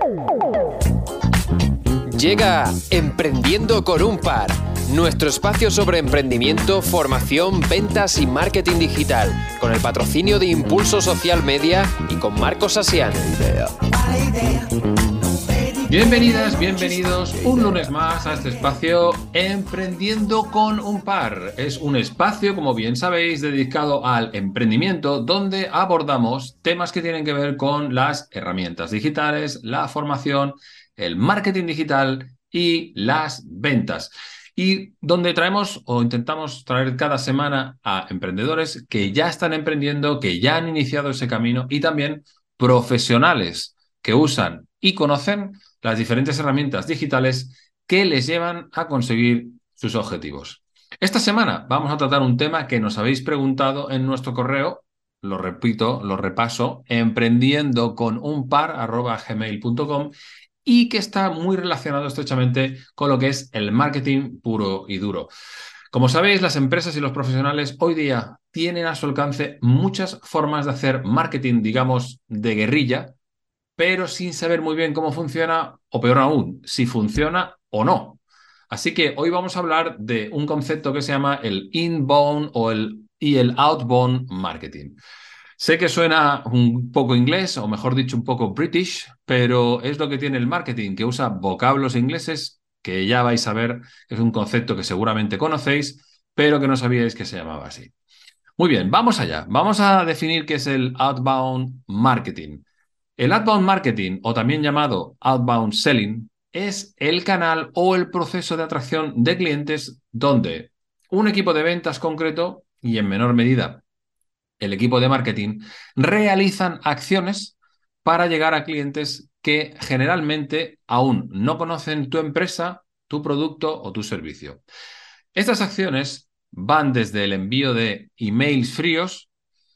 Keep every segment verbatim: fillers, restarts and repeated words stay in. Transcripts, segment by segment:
Llega Emprendiendo con un par, nuestro espacio sobre emprendimiento, formación, ventas y marketing digital, con el patrocinio de Impulso Social Media y con Marcos Asian. Bienvenidas, bienvenidos un lunes más a este espacio Emprendiendo con un par. Es un espacio, como bien sabéis, dedicado al emprendimiento, donde abordamos temas que tienen que ver con las herramientas digitales, la formación, el marketing digital y las ventas. Y donde traemos o intentamos traer cada semana a emprendedores que ya están emprendiendo, que ya han iniciado ese camino y también profesionales que usan y conocen las diferentes herramientas digitales que les llevan a conseguir sus objetivos. Esta semana vamos a tratar un tema que nos habéis preguntado en nuestro correo, lo repito, lo repaso, emprendiendo con un par arroba gmail punto com, y que está muy relacionado estrechamente con lo que es el marketing puro y duro. Como sabéis, las empresas y los profesionales hoy día tienen a su alcance muchas formas de hacer marketing, digamos, de guerrilla, pero sin saber muy bien cómo funciona, o peor aún, si funciona o no. Así que hoy vamos a hablar de un concepto que se llama el inbound o el, y el outbound marketing. Sé que suena un poco inglés, o mejor dicho, un poco british, pero es lo que tiene el marketing, que usa vocablos ingleses, que ya vais a ver que es un concepto que seguramente conocéis, pero que no sabíais que se llamaba así. Muy bien, vamos allá. Vamos a definir qué es el outbound marketing. El outbound marketing, o también llamado outbound selling, es el canal o el proceso de atracción de clientes donde un equipo de ventas concreto, y en menor medida el equipo de marketing, realizan acciones para llegar a clientes que generalmente aún no conocen tu empresa, tu producto o tu servicio. Estas acciones van desde el envío de emails fríos,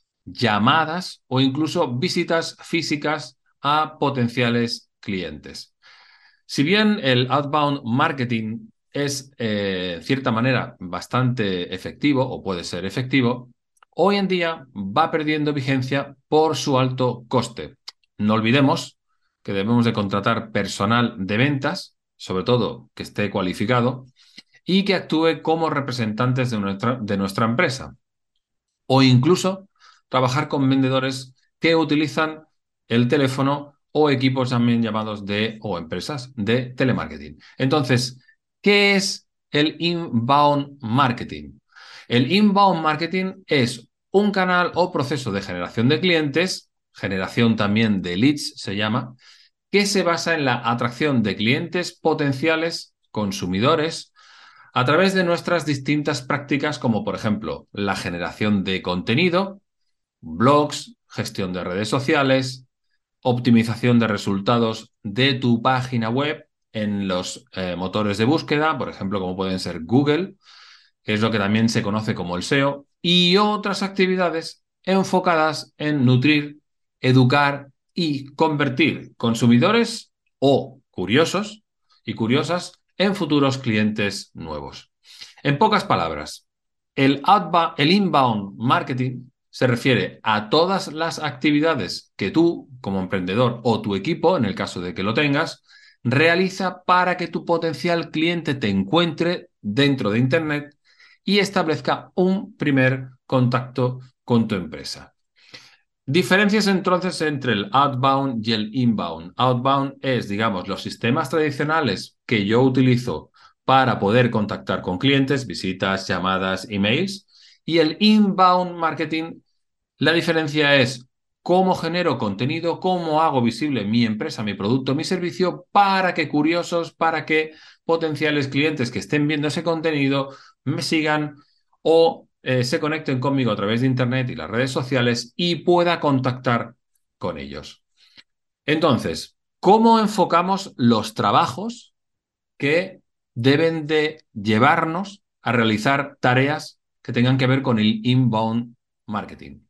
llamadas o incluso visitas físicas a potenciales clientes. Si bien el outbound marketing es, eh, en cierta manera, bastante efectivo o puede ser efectivo, hoy en día va perdiendo vigencia por su alto coste. No olvidemos que debemos de contratar personal de ventas, sobre todo que esté cualificado, y que actúe como representantes de nuestra, de nuestra empresa. O incluso trabajar con vendedores que utilizan el teléfono o equipos también llamados de, o empresas de telemarketing. Entonces, ¿qué es el inbound marketing? El inbound marketing es un canal o proceso de generación de clientes, generación también de leads se llama, que se basa en la atracción de clientes potenciales, consumidores, a través de nuestras distintas prácticas, como por ejemplo la generación de contenido, blogs, gestión de redes sociales, optimización de resultados de tu página web en los eh, motores de búsqueda, por ejemplo, como pueden ser Google, que es lo que también se conoce como el S E O, y otras actividades enfocadas en nutrir, educar y convertir consumidores o curiosos y curiosas en futuros clientes nuevos. En pocas palabras, el, outbound, el inbound marketing se refiere a todas las actividades que tú, como emprendedor o tu equipo, en el caso de que lo tengas, realiza para que tu potencial cliente te encuentre dentro de Internet y establezca un primer contacto con tu empresa. Diferencias entonces entre el outbound y el inbound. Outbound es, digamos, los sistemas tradicionales que yo utilizo para poder contactar con clientes, visitas, llamadas, emails. Y el inbound marketing, la diferencia es cómo genero contenido, cómo hago visible mi empresa, mi producto, mi servicio, para que curiosos, para que potenciales clientes que estén viendo ese contenido me sigan o eh, se conecten conmigo a través de Internet y las redes sociales y pueda contactar con ellos. Entonces, ¿cómo enfocamos los trabajos que deben de llevarnos a realizar tareas que tengan que ver con el inbound marketing?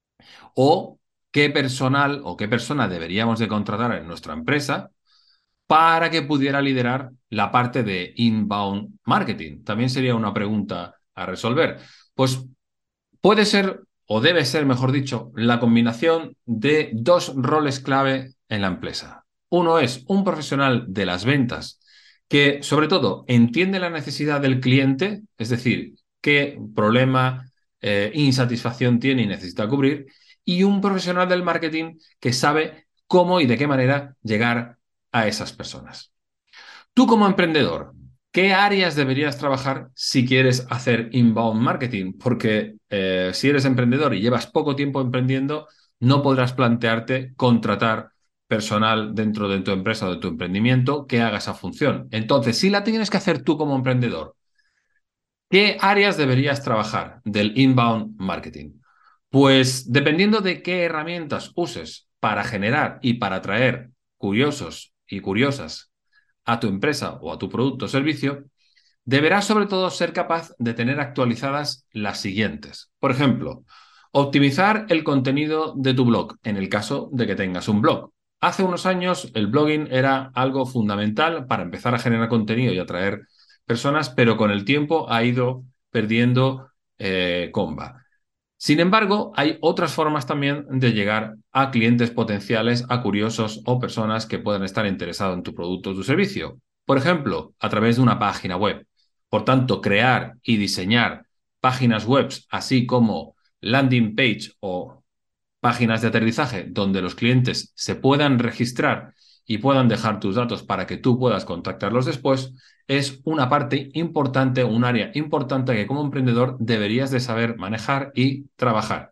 O qué personal o qué persona deberíamos de contratar en nuestra empresa para que pudiera liderar la parte de inbound marketing. También sería una pregunta a resolver. Pues puede ser, o debe ser, mejor dicho, la combinación de dos roles clave en la empresa. Uno es un profesional de las ventas que, sobre todo, entiende la necesidad del cliente, es decir, qué problema, eh, insatisfacción tiene y necesita cubrir, y un profesional del marketing que sabe cómo y de qué manera llegar a esas personas. Tú como emprendedor, ¿qué áreas deberías trabajar si quieres hacer inbound marketing? Porque eh, si eres emprendedor y llevas poco tiempo emprendiendo, no podrás plantearte contratar personal dentro de tu empresa o de tu emprendimiento que haga esa función. Entonces, si la tienes que hacer tú como emprendedor, ¿qué áreas deberías trabajar del inbound marketing? Pues dependiendo de qué herramientas uses para generar y para atraer curiosos y curiosas a tu empresa o a tu producto o servicio, deberás sobre todo ser capaz de tener actualizadas las siguientes. Por ejemplo, optimizar el contenido de tu blog, en el caso de que tengas un blog. Hace unos años el blogging era algo fundamental para empezar a generar contenido y atraer personas, pero con el tiempo ha ido perdiendo eh, comba. Sin embargo, hay otras formas también de llegar a clientes potenciales, a curiosos o personas que puedan estar interesados en tu producto o tu servicio. Por ejemplo, a través de una página web. Por tanto, crear y diseñar páginas web, así como landing page o páginas de aterrizaje donde los clientes se puedan registrar y puedan dejar tus datos para que tú puedas contactarlos después, es una parte importante, un área importante que como emprendedor deberías de saber manejar y trabajar.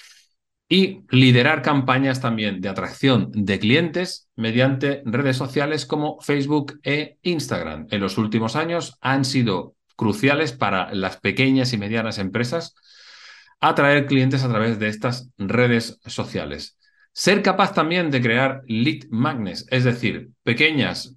Y liderar campañas también de atracción de clientes mediante redes sociales como Facebook e Instagram. En los últimos años han sido cruciales para las pequeñas y medianas empresas atraer clientes a través de estas redes sociales. Ser capaz también de crear lead magnets, es decir, pequeñas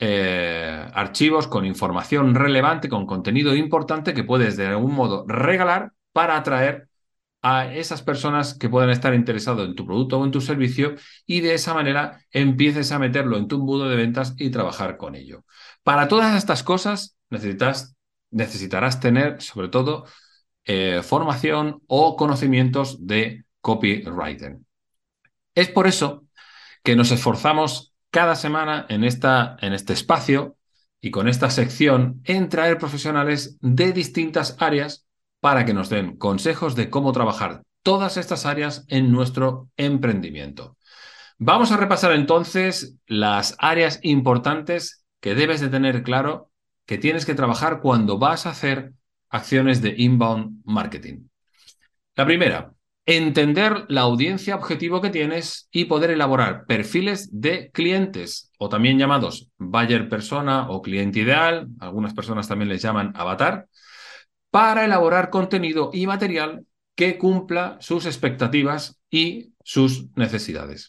eh, archivos con información relevante, con contenido importante que puedes de algún modo regalar para atraer a esas personas que puedan estar interesadas en tu producto o en tu servicio y de esa manera empieces a meterlo en tu embudo de ventas y trabajar con ello. Para todas estas cosas necesitas, necesitarás tener sobre todo eh, formación o conocimientos de copywriting. Es por eso que nos esforzamos cada semana en, esta, en este espacio y con esta sección en traer profesionales de distintas áreas para que nos den consejos de cómo trabajar todas estas áreas en nuestro emprendimiento. Vamos a repasar entonces las áreas importantes que debes de tener claro que tienes que trabajar cuando vas a hacer acciones de inbound marketing. La primera, entender la audiencia objetivo que tienes y poder elaborar perfiles de clientes, o también llamados buyer persona o cliente ideal, algunas personas también les llaman avatar, para elaborar contenido y material que cumpla sus expectativas y sus necesidades.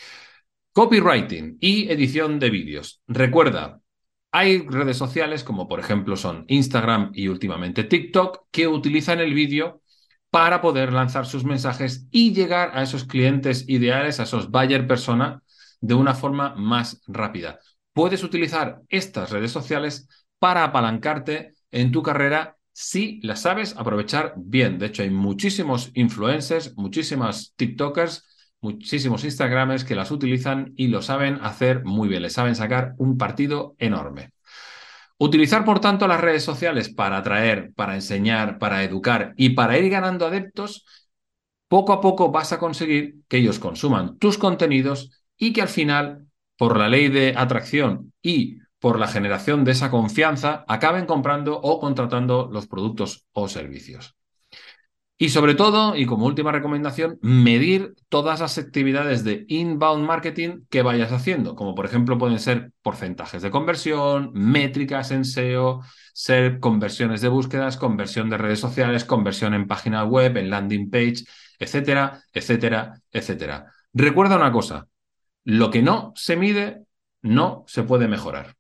Copywriting y edición de vídeos. Recuerda, hay redes sociales como por ejemplo son Instagram y últimamente TikTok que utilizan el vídeo para poder lanzar sus mensajes y llegar a esos clientes ideales, a esos buyer persona, de una forma más rápida. Puedes utilizar estas redes sociales para apalancarte en tu carrera si las sabes aprovechar bien. De hecho, hay muchísimos influencers, muchísimas TikTokers, muchísimos Instagramers que las utilizan y lo saben hacer muy bien, les saben sacar un partido enorme. Utilizar, por tanto, las redes sociales para atraer, para enseñar, para educar y para ir ganando adeptos, poco a poco vas a conseguir que ellos consuman tus contenidos y que al final, por la ley de atracción y por la generación de esa confianza, acaben comprando o contratando los productos o servicios. Y sobre todo, y como última recomendación, medir todas las actividades de inbound marketing que vayas haciendo, como por ejemplo pueden ser porcentajes de conversión, métricas en S E O, ser conversiones de búsquedas, conversión de redes sociales, conversión en página web, en landing page, etcétera, etcétera, etcétera. Recuerda una cosa, lo que no se mide no se puede mejorar.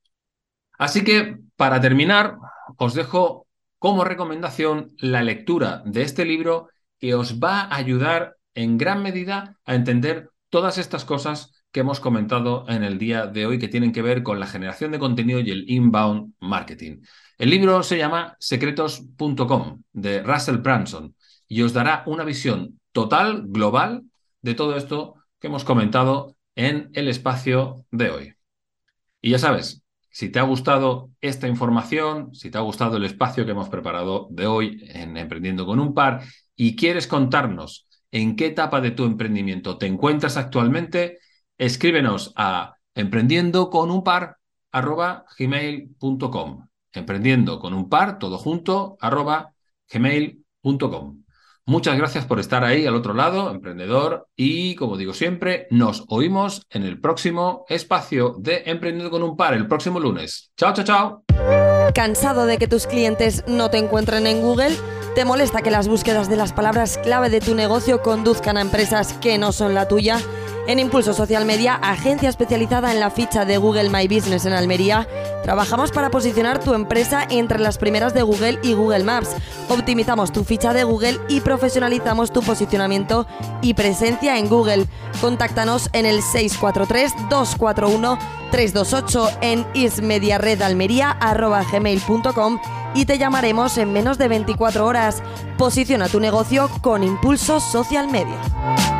Así que, para terminar, os dejo como recomendación la lectura de este libro que os va a ayudar en gran medida a entender todas estas cosas que hemos comentado en el día de hoy que tienen que ver con la generación de contenido y el inbound marketing. El libro se llama secretos punto com de Russell Brunson y os dará una visión total, global, de todo esto que hemos comentado en el espacio de hoy. Y ya sabes, si te ha gustado esta información, si te ha gustado el espacio que hemos preparado de hoy en Emprendiendo con un Par y quieres contarnos en qué etapa de tu emprendimiento te encuentras actualmente, escríbenos a emprendiendoconunpar arroba gmail punto com. Emprendiendo con un par, todo junto, arroba gmail punto com. Muchas gracias por estar ahí al otro lado, emprendedor, y como digo siempre, nos oímos en el próximo espacio de Emprendiendo con un Par, el próximo lunes. Chao, chao, chao. ¿Cansado de que tus clientes no te encuentren en Google? ¿Te molesta que las búsquedas de las palabras clave de tu negocio conduzcan a empresas que no son la tuya? En Impulso Social Media, agencia especializada en la ficha de Google My Business en Almería, trabajamos para posicionar tu empresa entre las primeras de Google y Google Maps. Optimizamos tu ficha de Google y profesionalizamos tu posicionamiento y presencia en Google. Contáctanos en el seis cuatro tres, dos cuatro uno, tres dos ocho en ismediaredalmeria arroba gmail punto com y te llamaremos en menos de veinticuatro horas. Posiciona tu negocio con Impulso Social Media.